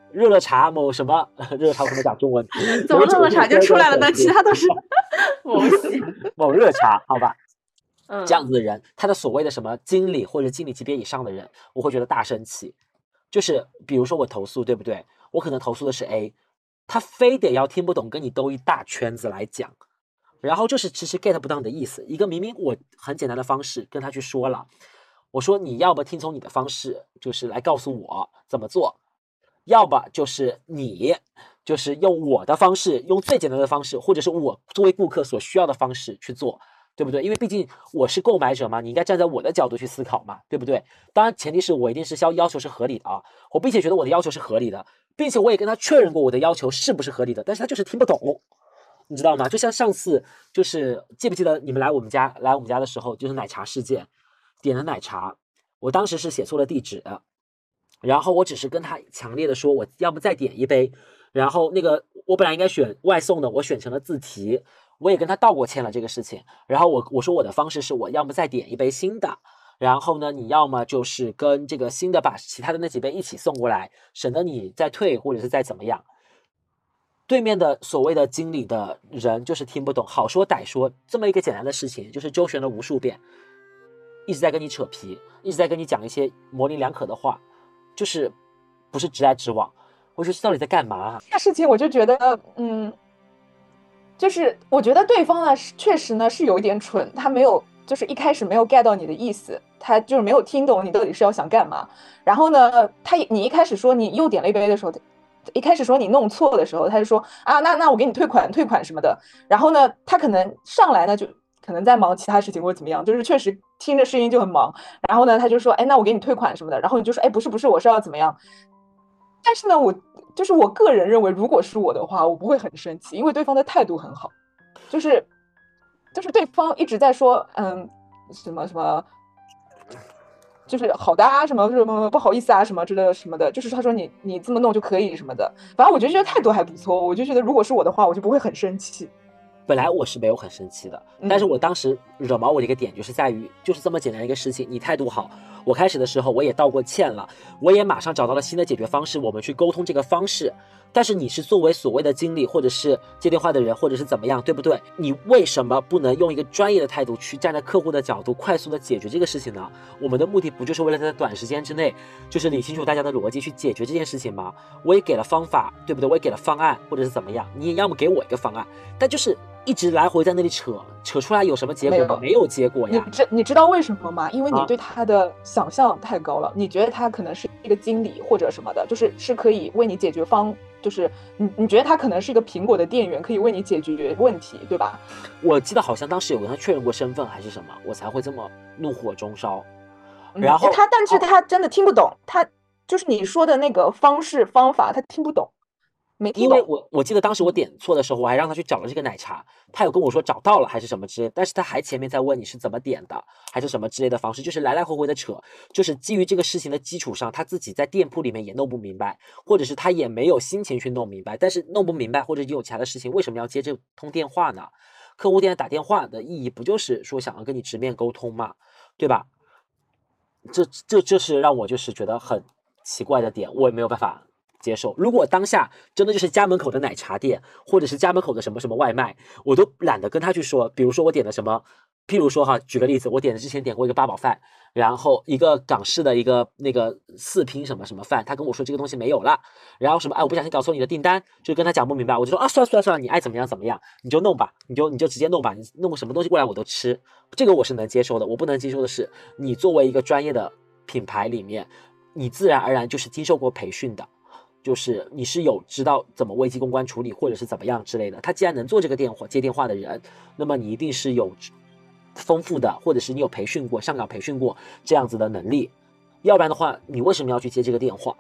热热茶某什么热热茶怎么讲中文？ 怎么热热茶就出来了呢？其他都是某西某热茶，好吧。 嗯， 这样子的人，他的所谓的什么经理或者经理级别以上的人，我会觉得大生气。就是比如说我投诉，对不对？我可能投诉的是 A， 他非得要听不懂，跟你兜一大圈子来讲，然后就是其实 get 不到你的意思。一个明明我很简单的方式跟他去说了，我说你要不听从你的方式，就是来告诉我怎么做，要不就是你就是用我的方式，用最简单的方式，或者是我作为顾客所需要的方式去做。对不对？因为毕竟我是购买者嘛，你应该站在我的角度去思考嘛，对不对？当然，前提是我一定是要要求是合理的啊，我并且觉得我的要求是合理的，并且我也跟他确认过我的要求是不是合理的，但是他就是听不懂，你知道吗？就像上次，就是记不记得你们来我们家来我们家的时候，就是奶茶事件，点的奶茶，我当时是写错了地址，然后我只是跟他强烈的说，我要不再点一杯，然后那个我本来应该选外送的，我选成了自提。我也跟他道过歉了这个事情，然后我我说我的方式是我要么再点一杯新的，然后呢你要么就是跟这个新的把其他的那几杯一起送过来，省得你再退或者是再怎么样。对面的所谓的经理的人就是听不懂，好说歹说，这么一个简单的事情就是周旋了无数遍，一直在跟你扯皮，一直在跟你讲一些模棱两可的话，就是不是直来直往。我说到底在干嘛啊？ 这事情我就觉得嗯就是我觉得对方呢确实呢是有一点蠢，他没有就是一开始没有 get 到你的意思，他就是没有听懂你到底是要想干嘛。然后呢，他你一开始说你又点了一杯的时候，一开始说你弄错的时候，他就说啊那那我给你退款退款什么的。然后呢，他可能上来呢就可能在忙其他事情或者怎么样，就是确实听着声音就很忙。然后呢，他就说哎那我给你退款什么的，然后你就说哎不是不是我是要怎么样。但是呢，我就是我个人认为，如果是我的话，我不会很生气，因为对方的态度很好，就是就是对方一直在说，嗯，什么什么，就是好的啊，什么什么不好意思啊，什么之类的什么的，就是他说你你这么弄就可以什么的，反正我就觉得态度还不错，我就觉得如果是我的话，我就不会很生气。 本来我是没有很生气的，但是我当时惹毛我的一个点就是在于，就是这么简单的一个事情，你态度好。我开始的时候我也道过歉了，我也马上找到了新的解决方式，我们去沟通这个方式。但是你是作为所谓的经理，或者是接电话的人，或者是怎么样，对不对？你为什么不能用一个专业的态度去站在客户的角度，快速的解决这个事情呢？我们的目的不就是为了在短时间之内，就是理清楚大家的逻辑去解决这件事情吗？我也给了方法，对不对？我也给了方案，或者是怎么样？你也要么给我一个方案，但就是一直来回在那里扯，扯出来有什么结果？没有，没有结果呀。 你知你知道为什么吗？因为你对他的想象太高了，啊、你觉得他可能是一个经理或者什么的，就是是可以为你解决方，就是你你觉得他可能是一个苹果的店员，可以为你解决问题，对吧？ 我记得好像当时有跟他确认过身份还是什么，我才会这么怒火中烧。然后、 嗯、他，但是他真的听不懂，哦、他就是你说的那个方式方法，他听不懂。没听因为我我记得当时我点错的时候，我还让他去找了这个奶茶，他有跟我说找到了还是什么之类，但是他还前面在问你是怎么点的，还是什么之类的方式，就是来来回回的扯，就是基于这个事情的基础上，他自己在店铺里面也弄不明白，或者是他也没有心情去弄明白，但是弄不明白或者有其他的事情，为什么要接这通电话呢？客户店打电话的意义不就是说想要跟你直面沟通嘛，对吧？这这这是让我就是觉得很奇怪的点，我也没有办法接受。如果当下真的就是家门口的奶茶店，或者是家门口的什么什么外卖，我都懒得跟他去说。比如说我点的什么，譬如说哈，举个例子，我点的之前点过一个八宝饭，然后一个港式的一个那个四拼什么什么饭，他跟我说这个东西没有了，然后什么哎，我不小心搞错你的订单，就跟他讲不明白，我就说啊，算了算了算了，你爱怎么样怎么样，你就弄吧，你就你就直接弄吧，你弄个什么东西过来我都吃，这个我是能接受的。我不能接受的是，你作为一个专业的品牌里面，你自然而然就是经受过培训的。就是你是有知道怎么危机公关处理，或者是怎么样之类的。他既然能做这个电话接电话的人，那么你一定是有丰富的，或者是你有培训过、上岗培训过这样子的能力，要不然的话，你为什么要去接这个电话？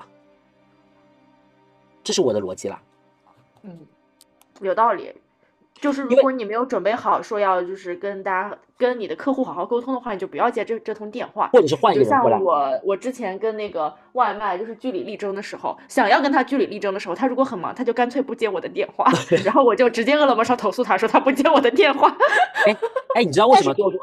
这是我的逻辑啦。 嗯，有道理。就是如果你没有准备好说要就是跟大家跟你的客户好好沟通的话，你就不要接这这通电话， 或者是换一个人过来。 就像我我之前跟那个外卖就是据理力争的时候，想要跟他据理力争的时候，他如果很忙，他就干脆不接我的电话，然后我就直接饿了么上投诉他说他不接我的电话。 哎哎，你知道为什么做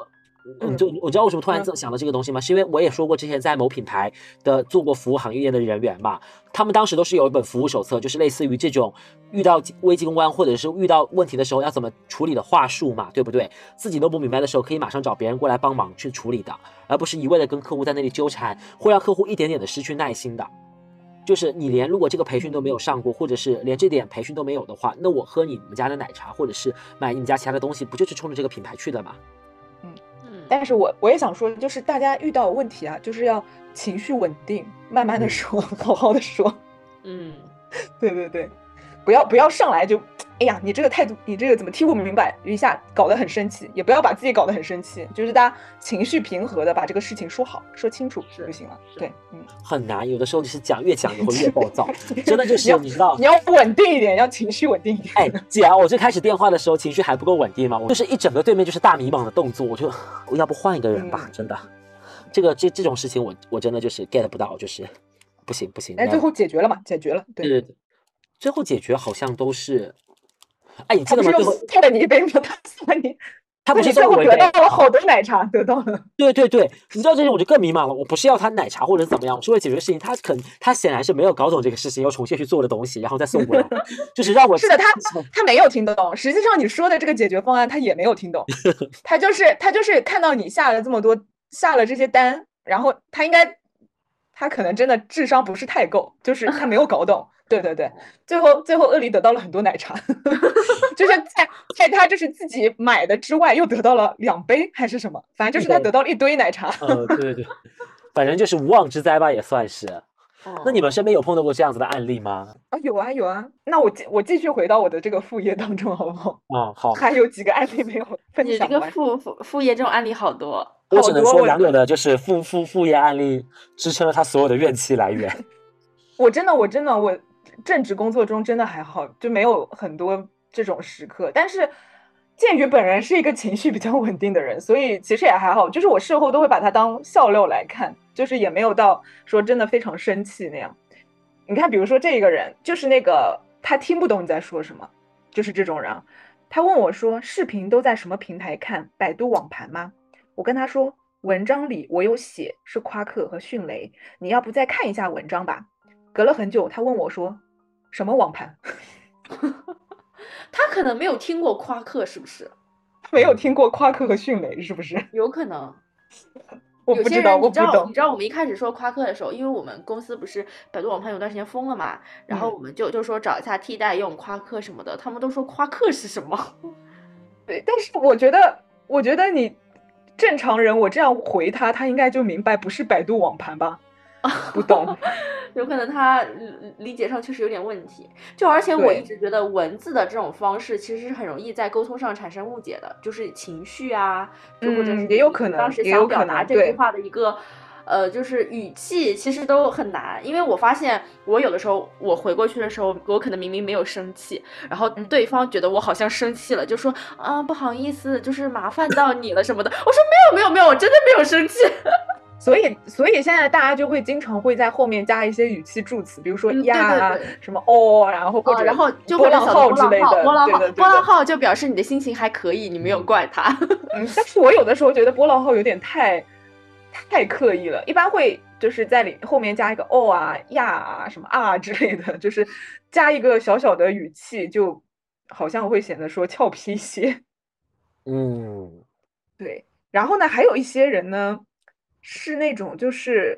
你就我知道为什么突然想到这个东西吗？是因为我也说过，之前在某品牌的做过服务行业的人员嘛，他们当时都是有一本服务手册，就是类似于这种遇到危机公关或者是遇到问题的时候要怎么处理的话术嘛，对不对？自己都不明白的时候，可以马上找别人过来帮忙去处理的，而不是一味的跟客户在那里纠缠，会让客户一点点的失去耐心的。就是你连如果这个培训都没有上过，或者是连这点培训都没有的话，那我喝你们家的奶茶，或者是买你们家其他的东西，不就是冲着这个品牌去的吗？ 但是我我也想说，就是大家遇到问题啊，就是要情绪稳定，慢慢的说，嗯、好好的说。 嗯， 对对对，不要不要上来就，哎呀，你这个态度，你这个怎么听不明白，一下搞得很生气，也不要把自己搞得很生气，就是大家情绪平和的把这个事情说好说清楚就行了。对，嗯， 很难，有的时候就是讲越讲你会越暴躁，真的就是你知道， 你要稳定一点，要情绪稳定一点。 哎，姐啊，我最开始电话的时候情绪还不够稳定吗？我就是一整个对面就是大迷茫的动作，我就我要不换一个人吧，嗯、真的，这个这这种事情我我真的就是 get 不到，就是不行不行。 哎，最后解决了嘛？解决了，对。 对，最后解决好像都是，哎，你记得吗？最后送了你一杯吗？他送了你。 他不是最后得到了好多奶茶，得到了。 对对对，你知道这种我就更迷茫了。我不是要他奶茶或者怎么样，我是为了解决事情。他可他显然是没有搞懂这个事情，要重新去做的东西，然后再送过来，就是让我是的，他他没有听懂。实际上你说的这个解决方案，他也没有听懂。他就是他就是看到你下了这么多下了这些单，然后他应该他可能真的智商不是太够，就是他没有搞懂。对对对，最后最后鳄梨得到了很多奶茶，就是在在他就是自己买的之外，又得到了两杯还是什么，反正就是他得到了一堆奶茶。 嗯，对对对，反正就是无妄之灾吧，也算是。那你们身边有碰到过这样子的案例吗？ 啊，有啊有啊。那我我继续回到我的这个副业当中好不好？ 嗯，好。 还有几个案例没有分享。 你这个副副副业这种案例好多。 我只能说杨柳的就是副副副业案例支撑了他所有的怨气来源。 我真的我真的我。正职工作中真的还好，就没有很多这种时刻。但是鉴于本人是一个情绪比较稳定的人，所以其实也还好。就是我事后都会把它当笑料来看，就是也没有到说真的非常生气那样。你看，比如说这个人，就是那个他听不懂你在说什么，就是这种人。他问我说：“视频都在什么平台看？百度网盘吗？”我跟他说：“文章里我有写，是夸克和迅雷，你要不再看一下文章吧。”隔了很久，他问我说：“什么网盘？” 他可能没有听过夸克，是不是？ 没有听过夸克和迅雷，是不是？ 有可能。 我不知道，我不懂。 你知道我们一开始说夸克的时候，因为我们公司不是百度网盘有段时间封了嘛，然后我们就就说找一下替代用夸克什么的，他们都说夸克是什么？ 对，但是我觉得，我觉得你正常人，我这样回他，他应该就明白不是百度网盘吧？不懂。 有可能他理解上确实有点问题，就而且我一直觉得文字的这种方式其实是很容易在沟通上产生误解的，就是情绪啊，就或者是也有可能当时想表达这句话的一个呃，就是语气，其实都很难。因为我发现我有的时候我回过去的时候，我可能明明没有生气，然后对方觉得我好像生气了，就说啊不好意思，就是麻烦到你了什么的。我说没有没有没有，我真的没有生气。 所以，所以现在大家就会经常会在后面加一些语气助词，比如说呀、嗯、什么哦，然后或者、 哦、然后就波浪号之类的。 波浪号， 对对对对波浪号就表示你的心情还可以，你没有怪他。 嗯，但是我有的时候觉得波浪号有点太太刻意了，一般会就是在里后面加一个哦啊、呀啊、什么啊之类的，就是加一个小小的语气，就好像会显得说俏皮一些。 嗯， 对。然后呢，还有一些人呢。是那种就是，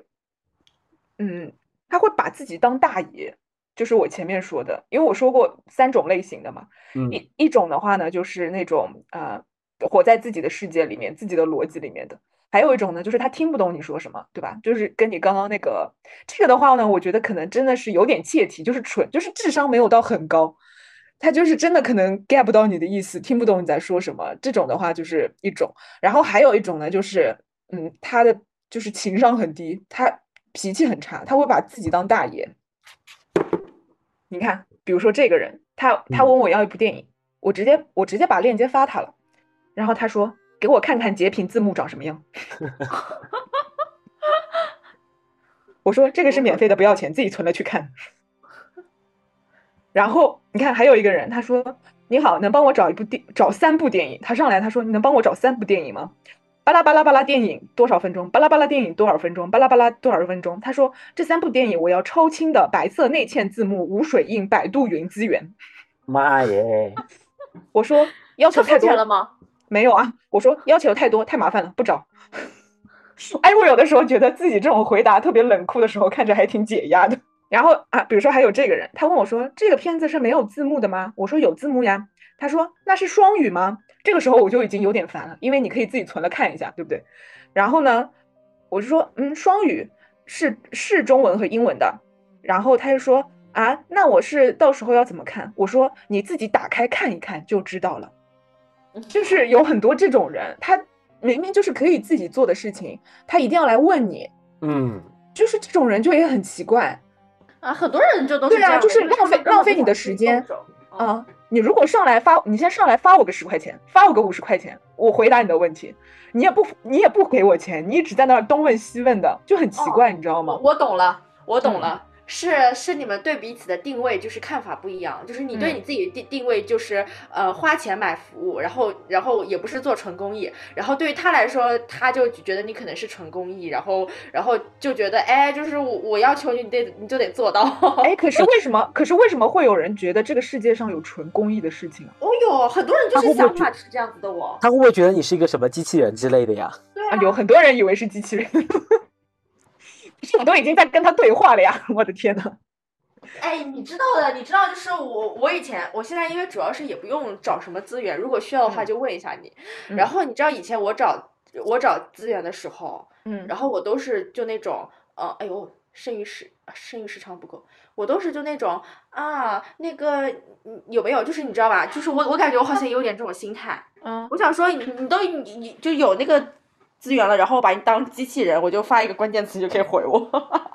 嗯，他会把自己当大爷，就是我前面说的，因为我说过三种类型的嘛。 嗯、 一一种的话呢，就是那种呃，活在自己的世界里面、自己的逻辑里面的；还有一种呢，就是他听不懂你说什么，对吧？就是跟你刚刚那个这个的话呢，我觉得可能真的是有点切题，就是蠢，就是智商没有到很高，他就是真的可能 get 不到你的意思，听不懂你在说什么。这种的话就是一种，然后还有一种呢，就是嗯，他的。就是情商很低，他脾气很差，他会把自己当大爷。你看，比如说这个人，他他问我要一部电影，嗯、我直接我直接把链接发他了，然后他说给我看看截屏字幕长什么样。我说这个是免费的，不要钱，自己存了去看。然后你看还有一个人，他说你好，能帮我找一部电找三部电影？他上来他说你能帮我找三部电影吗？ 巴拉巴拉巴拉电影多少分钟，巴拉巴拉电影多少分钟，巴拉巴拉多少分钟。他说这三部电影我要超清的白色内嵌字幕，无水印，百度云资源。 妈耶！ 我说要求太多了吗？ 没有啊，我说要求太多太麻烦了，不找。哎，我有的时候觉得自己这种回答特别冷酷的时候，看着还挺解压的。然后啊，比如说还有这个人，他问我说这个片子是没有字幕的吗？我说有字幕呀。他说那是双语吗？这个时候我就已经有点烦了，因为你可以自己存了看一下，对不对？然后呢，我就说嗯，双语是是中文和英文的。然后他就说啊，那我是到时候要怎么看？我说你自己打开看一看就知道了。就是有很多这种人，他明明就是可以自己做的事情，他一定要来问你。 嗯， 就是这种人就也很奇怪啊，很多人就都是对啊，就是浪费浪费你的的时间啊！你如果上来发，你先上来发我个十块钱，发我个五十块钱，我回答你的问题，你也不你也不给我钱，你一直在那儿东问西问的，就很奇怪， 哦、 你知道吗？ 我我懂了，我懂了。嗯是是你们对彼此的定位就是看法不一样，就是你对你自己的定定位就是、嗯、呃花钱买服务，然后然后也不是做纯公益，然后对于他来说他就觉得你可能是纯公益，然后然后就觉得哎就是我我要求你你得你就得做到。 哎，可是为什么可是为什么会有人觉得这个世界上有纯公益的事情啊？ 哦哟，很多人就是想法是这样子的哦。 他会不会觉得你是一个什么机器人之类的呀？ 对啊， 有很多人以为是机器人。我都已经在跟他对话了呀！我的天呐。 哎，你知道的，你知道，就是我，我以前，我现在因为主要是也不用找什么资源，如果需要的话就问一下你。嗯、然后你知道以前我找我找资源的时候， 嗯， 然后我都是就那种，呃，哎呦，剩余时剩余时长不够，我都是就那种啊，那个有没有？就是你知道吧？就是我我感觉我好像有点这种心态。 嗯， 我想说你你都你你就有那个资源了，然后我把你当机器人，我就发一个关键词就可以回我。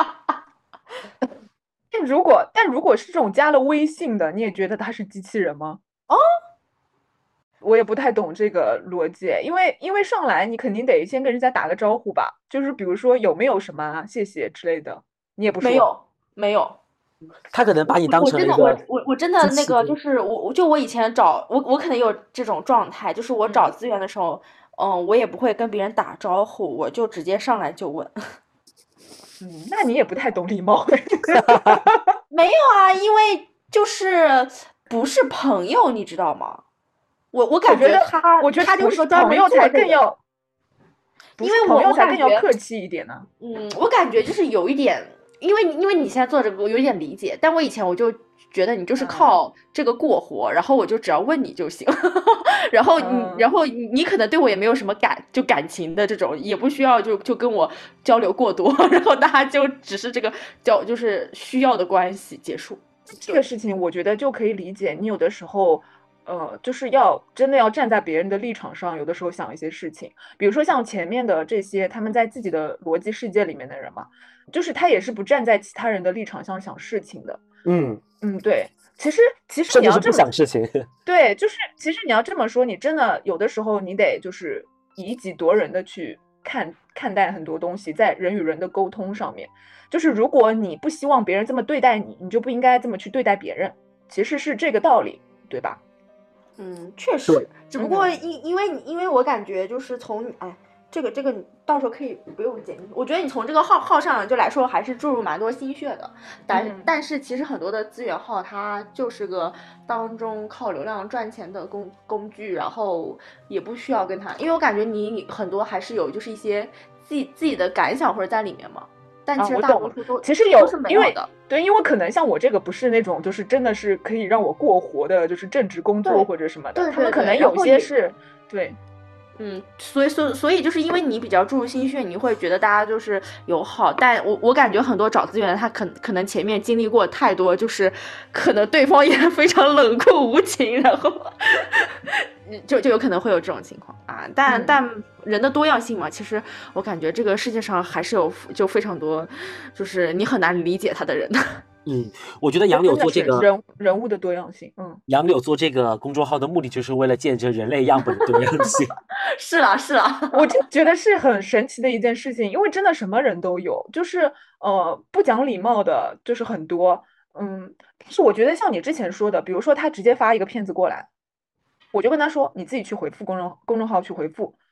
但如果但如果是这种加了微信的，你也觉得他是机器人吗？ 哦， 我也不太懂这个逻辑，因为因为上来你肯定得先跟人家打个招呼吧，就是比如说有没有什么谢谢之类的，你也不说。 没有没有， 他可能把你当成一个我真的我我我真的那个就是我就我以前找我我可能有这种状态，就是我找资源的时候，嗯，嗯我也不会跟别人打招呼，我就直接上来就问。 嗯，那你也不太懂礼貌。 没有啊，因为就是不是朋友，你知道吗？我我感觉他， 我觉得他就是朋友才更要， 因为朋友才更要客气一点呢。 嗯，我感觉就是有一点，因为因为你现在做这个，我有一点理解，但我以前我就觉得你就是靠这个过活，嗯、然后我就只要问你就行，然后你、嗯、然后你可能对我也没有什么感就感情的这种，也不需要就就跟我交流过多，然后大家就只是这个交就是需要的关系结束。 这个事情我觉得就可以理解，你有的时候。呃，就是要真的要站在别人的立场上，有的时候想一些事情，比如说像前面的这些，他们在自己的逻辑世界里面的人嘛，就是他也是不站在其他人的立场上想事情的。 嗯嗯，对，其实其实你要这么想事情， 对，就是其实你要这么说，你真的有的时候你得就是以己度人的去看看待很多东西，在人与人的沟通上面，就是如果你不希望别人这么对待你，你就不应该这么去对待别人，其实是这个道理，对吧？ 嗯，确实，只不过因因为你因为我感觉就是从哎，这个这个你到时候可以不用剪，我觉得你从这个号号上就来说还是注入蛮多心血的，但、嗯、但是其实很多的资源号它就是个当中靠流量赚钱的工工具，然后也不需要跟它，因为我感觉你很多还是有就是一些自己自己的感想或者在里面嘛。但其实大多数都、 啊、其实有， 都是没有的。 对，因为可能像我这个不是那种就是真的是可以让我过活的，就是正职工作或者什么的。 对对对他们可能有些是，对， 嗯，所以所所以就是因为你比较注入心血，你会觉得大家就是友好。但我我感觉很多找资源，他可可能前面经历过太多，就是可能对方也非常冷酷无情，然后就就有可能会有这种情况啊。但、嗯、但人的多样性嘛，其实我感觉这个世界上还是有就非常多，就是你很难理解他的人。 嗯，我觉得杨柳做这个人人物的多样性，嗯， 杨柳做这个公众号的目的就是为了见证人类样本的多样性。 是啦是啦， 我就觉得是很神奇的一件事情，因为真的什么人都有，就是呃不讲礼貌的，就是很多，嗯，但是我觉得像你之前说的，比如说他直接发一个骗子过来，我就跟他说你自己去回复公众公众号去回复，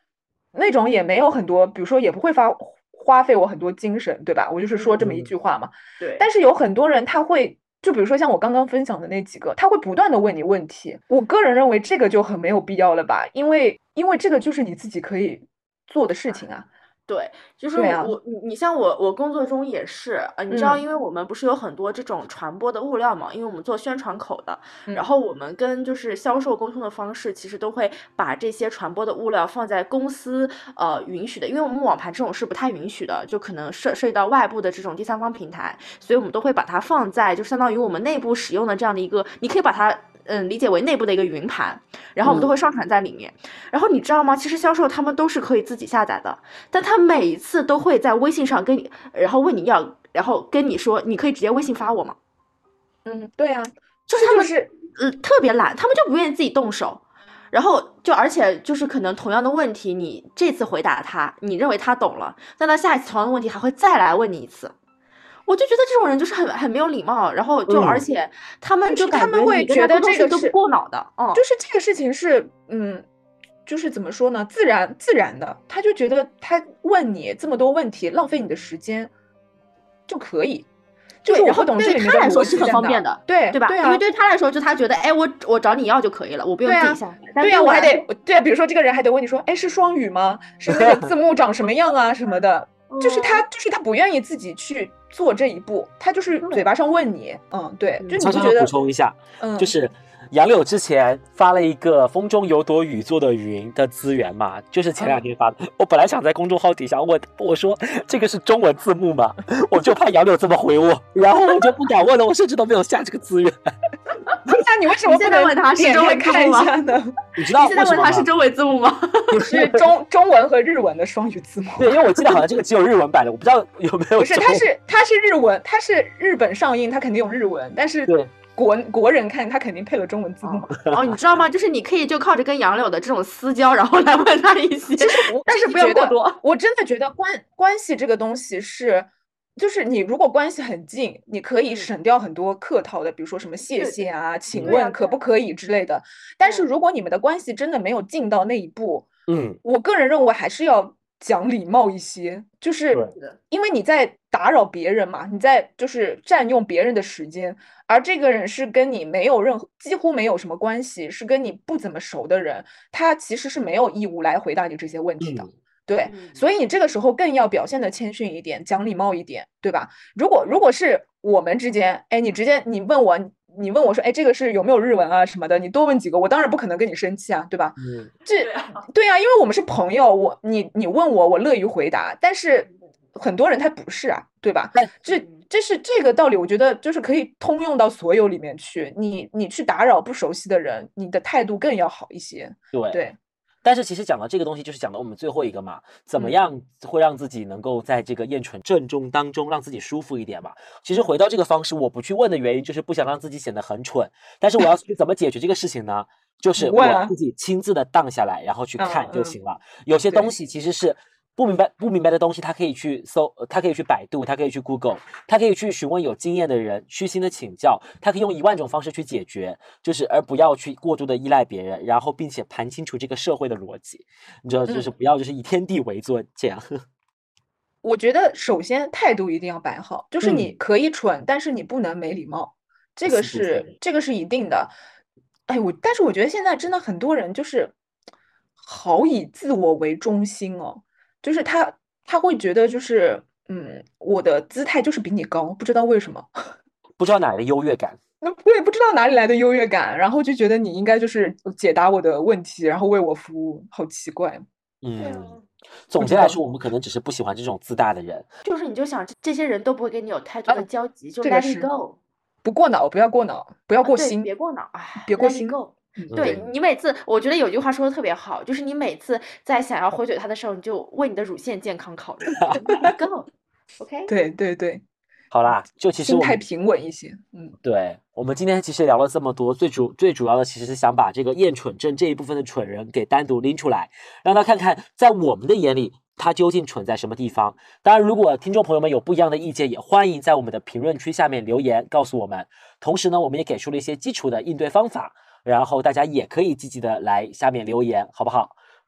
那种也没有很多，比如说也不会花花费我很多精神，对吧？我就是说这么一句话嘛。 对， 但是有很多人他会，就比如说像我刚刚分享的那几个，他会不断的问你问题。我个人认为这个就很没有必要了吧，因为因为这个就是你自己可以做的事情啊。 对，就是对啊我你你像我我工作中也是，呃，你知道， 嗯因为我们不是有很多这种传播的物料嘛，因为我们做宣传口的，然嗯后我们跟就是销售沟通的方式，其实都会把这些传播的物料放在公司呃允许的，因为我们网盘这种是不太允许的，就可能涉涉及到外部的这种第三方平台，所以我们都会把它放在就相当于我们内部使用的这样的一个，你可以把它。嗯，理解为内部的一个云盘，然后我们都会上传在里面。然后你知道吗？其实销售他们都是可以自己下载的，但他每一次都会在微信上跟你，然后问你要，然后跟你说，你可以直接微信发我吗？ 嗯，对啊， 就是他们是呃特别懒，他们就不愿意自己动手。然后就而且就是可能同样的问题，你这次回答他，你认为他懂了，但他下一次同样的问题还会再来问你一次。我就觉得这种人就是很很没有礼貌，然后就、 嗯而且他们就感他们会你跟觉得他沟通是都不这个是过脑的，嗯， 就是这个事情是嗯。就是怎么说呢，自然自然的，他就觉得他问你这么多问题，浪费你的时间就可以。就是我然后不懂这对于他里面的逻来说是很辑在哪方便的， 对对吧？ 对啊， 因为对于他来说，就他觉得，哎，我我找你要就可以了，我不用对啊自己下载。但对呀、 对我还来得对啊，比如说这个人还得问你说，哎，是双语吗？是那个字幕长什么样啊什么的，就是他就是他不愿意自己去做这一步，他就是嘴巴上问你，嗯，对，就你悄悄的不觉得补充一下， 嗯， 就是杨柳之前发了一个风中有朵雨做的云的资源嘛，就是前两天发的。我本来想在公众号底下问我说这个是中文字幕吗？我就怕杨柳这么回我，然后我就不敢问了，我甚至都没有下这个资源。 那你为什么不能现在问他是点中文字开看一幕吗下呢？ 你知道你现在问为什么吗？ 他是中文字幕吗？ 是中中文和日文的双语字幕。 对，因为我记得好像这个只有日文版的，我不知道有没有不是， 中它是它是日文，它是日本上映，它肯定有日文，但是对国国人看他肯定配了中文字幕。 哦，你知道吗？就是你可以就靠着跟杨柳的这种私交，然后来问他一些， 我但是不要觉得过多。 我真的觉得关关系这个东西是，就是你如果关系很近，你可以嗯省掉很多客套的，比如说什么谢对谢啊、请对啊问可对啊不可以之类的。但是嗯如果你们的关系真的没有近到那一步， 嗯， 我个人认为还是要讲礼貌一些，就是对因为你在打扰别人嘛，你在就是占用别人的时间，而这个人是跟你没有任何几乎没有什么关系，是跟你不怎么熟的人，他其实是没有义务来回答你这些问题的。 嗯对， 嗯所以你这个时候更要表现的谦逊一点，讲礼貌一点，对吧？如果如果是我们之间，哎，你直接你问我，你问我说，哎，这个是有没有日文啊什么的，你多问几个，我当然不可能跟你生气啊，对吧？ 嗯， 这对啊对啊，因为我们是朋友，我你你问我，我乐于回答，但是很多人他不是啊，对吧？ 但这这是这个道理，我觉得就是可以通用到所有里面去。你你去打扰不熟悉的人，你的态度更要好一些。 对。 对， 但是其实讲到这个东西，就是讲到我们最后一个嘛，怎么嗯样会让自己能够在这个厌蠢正中当中让自己舒服一点嘛？其实回到这个方式，我不去问的原因就是不想让自己显得很蠢。但是我要去怎么解决这个事情呢？就是不问啊我自己亲自的荡下来，然后去看嗯嗯就行了。有些对东西其实是不明白不明白的东西，他可以去搜，呃他可以去百度，他可以去 Google，他可以去询问有经验的人，虚心的请教，他可以用一万种方式去解决，就是而不要去过度的依赖别人，然后并且盘清楚这个社会的逻辑，你知道，就是嗯不要就是以天地为尊这样。 我觉得首先态度一定要摆好，就是你嗯可以蠢，但是你不能没礼貌，这个是是是这个是一定的。哎，我但是我觉得现在真的很多人就是好以自我为中心哦，就是他他会觉得就是嗯，我的姿态就是比你高，不知道为什么。 不知道哪来的优越感。 那我也不知道哪里来的优越感，然后就觉得你应该就是解答我的问题，然后为我服务，好奇怪。 嗯，总结来说，我们可能只是不喜欢这种自大的人。 就是你就想这这些人都不会跟你有太多的啊交集，就这个 let it 是 go， 不过脑，不要过脑，不要啊对， 过心， 别过脑，哎， 别过 let it 心。 go。 嗯对嗯你每次，我觉得有句话说的特别好，就是你每次在想要回怼他的时候，你就为你的乳腺健康考虑，let it go，OK？ 对对对， 好啦，就其实心态我们平稳一些。嗯， 对，我们今天其实聊了这么多，最主最主要的其实是想把这个厌蠢症这一部分的蠢人给单独拎出来，让他看看在我们的眼里他究竟蠢在什么地方。当然，如果听众朋友们有不一样的意见，也欢迎在我们的评论区下面留言告诉我们。同时呢，我们也给出了一些基础的应对方法，然后大家也可以积极的来下面留言，好不好？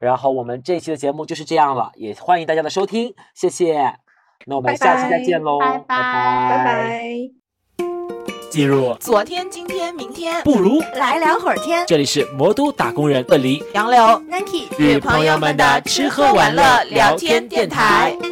然后我们这一期的节目就是这样了，也欢迎大家的收听，谢谢。那我们下期再见喽， 拜拜拜拜。 进入昨天、今天、明天， 不如来聊会儿天。 这里是魔都打工人鳄梨、 杨柳、Nike 与朋友们的吃喝玩乐聊天电台。